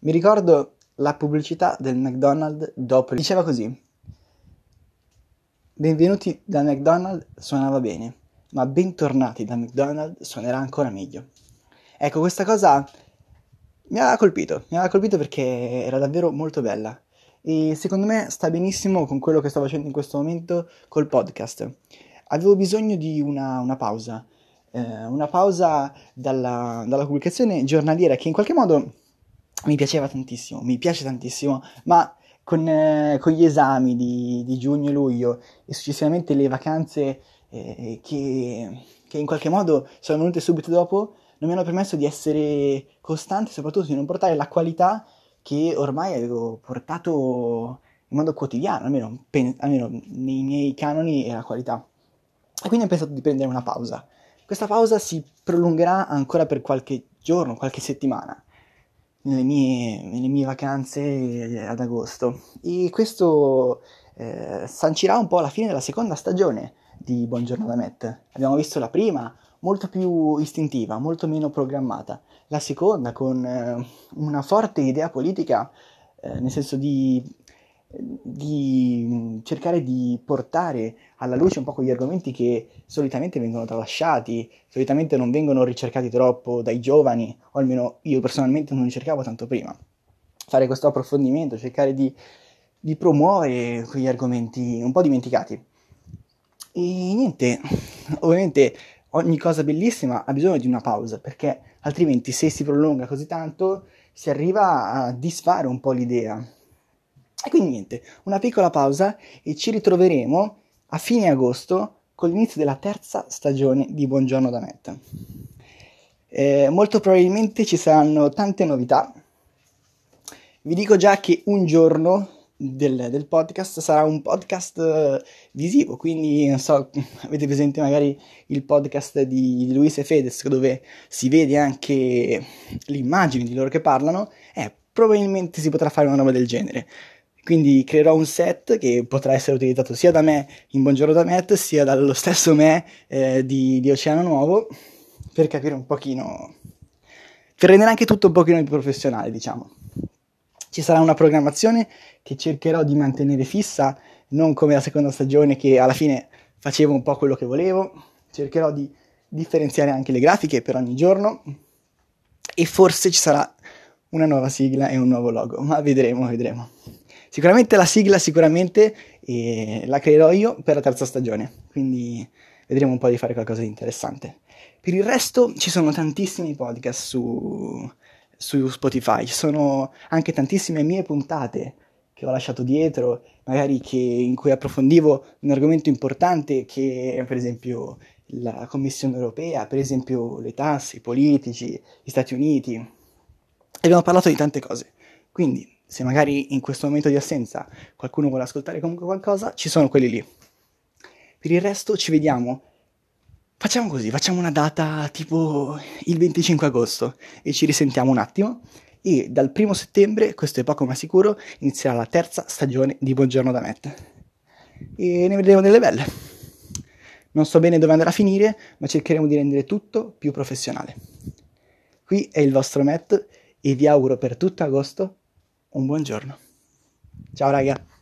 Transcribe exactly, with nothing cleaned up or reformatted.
Mi ricordo la pubblicità del McDonald's dopo, diceva così: benvenuti da McDonald's suonava bene, ma bentornati da McDonald's suonerà ancora meglio. Ecco, questa cosa mi aveva colpito, mi aveva colpito perché era davvero molto bella e secondo me sta benissimo con quello che sto facendo in questo momento col podcast. Avevo bisogno di una, una pausa, eh, una pausa dalla, dalla pubblicazione giornaliera che in qualche modo mi piaceva tantissimo, mi piace tantissimo, ma con, eh, con gli esami di, di giugno e luglio e successivamente le vacanze eh, che, che in qualche modo sono venute subito dopo, non mi hanno permesso di essere costante, soprattutto di non portare la qualità che ormai avevo portato in modo quotidiano, almeno, pen- almeno nei miei canoni era qualità. E quindi ho pensato di prendere una pausa. Questa pausa si prolungherà ancora per qualche giorno, qualche settimana, nelle mie, nelle mie vacanze ad agosto. E questo eh, sancirà un po' la fine della seconda stagione di Buongiorno da Matt. Abbiamo visto la prima, molto più istintiva, molto meno programmata. La seconda con eh, una forte idea politica, eh, nel senso di, di cercare di portare alla luce un po' quegli argomenti che solitamente vengono tralasciati, solitamente non vengono ricercati troppo dai giovani, o almeno io personalmente non li cercavo tanto prima. Fare questo approfondimento, cercare di, di promuovere quegli argomenti un po' dimenticati. E niente, ovviamente ogni cosa bellissima ha bisogno di una pausa, perché altrimenti se si prolunga così tanto si arriva a disfare un po' l'idea. E quindi niente, una piccola pausa e ci ritroveremo a fine agosto con l'inizio della terza stagione di Buongiorno da Matt. Eh, molto probabilmente ci saranno tante novità. Vi dico già che un giorno del, del podcast sarà un podcast uh, visivo, quindi non so, avete presente magari il podcast di, di Luis e Fedez dove si vede anche l'immagine di loro che parlano, eh, probabilmente si potrà fare una roba del genere. Quindi creerò un set che potrà essere utilizzato sia da me in Buongiorno da Matt, sia dallo stesso me eh, di, di Oceano Nuovo, per capire un pochino, per rendere anche tutto un pochino più professionale, diciamo. Ci sarà una programmazione che cercherò di mantenere fissa, non come la seconda stagione che alla fine facevo un po' quello che volevo. Cercherò di differenziare anche le grafiche per ogni giorno e forse ci sarà una nuova sigla e un nuovo logo, ma vedremo, vedremo. Sicuramente la sigla, sicuramente, e la creerò io per la terza stagione, quindi vedremo un po' di fare qualcosa di interessante. Per il resto ci sono tantissimi podcast su, su Spotify, ci sono anche tantissime mie puntate che ho lasciato dietro, magari che, in cui approfondivo un argomento importante che per esempio la Commissione Europea, per esempio le tasse, i politici, gli Stati Uniti. Abbiamo parlato di tante cose, quindi se magari in questo momento di assenza qualcuno vuole ascoltare comunque qualcosa, ci sono quelli lì. Per il resto ci vediamo. Facciamo così, facciamo una data tipo il venticinque agosto e ci risentiamo un attimo e dal primo settembre, questo è poco ma sicuro, inizierà la terza stagione di Buongiorno da Matt. E ne vedremo delle belle. Non so bene dove andrà a finire, ma cercheremo di rendere tutto più professionale. Qui è il vostro Matt e vi auguro per tutto agosto un buon giorno. Ciao raga!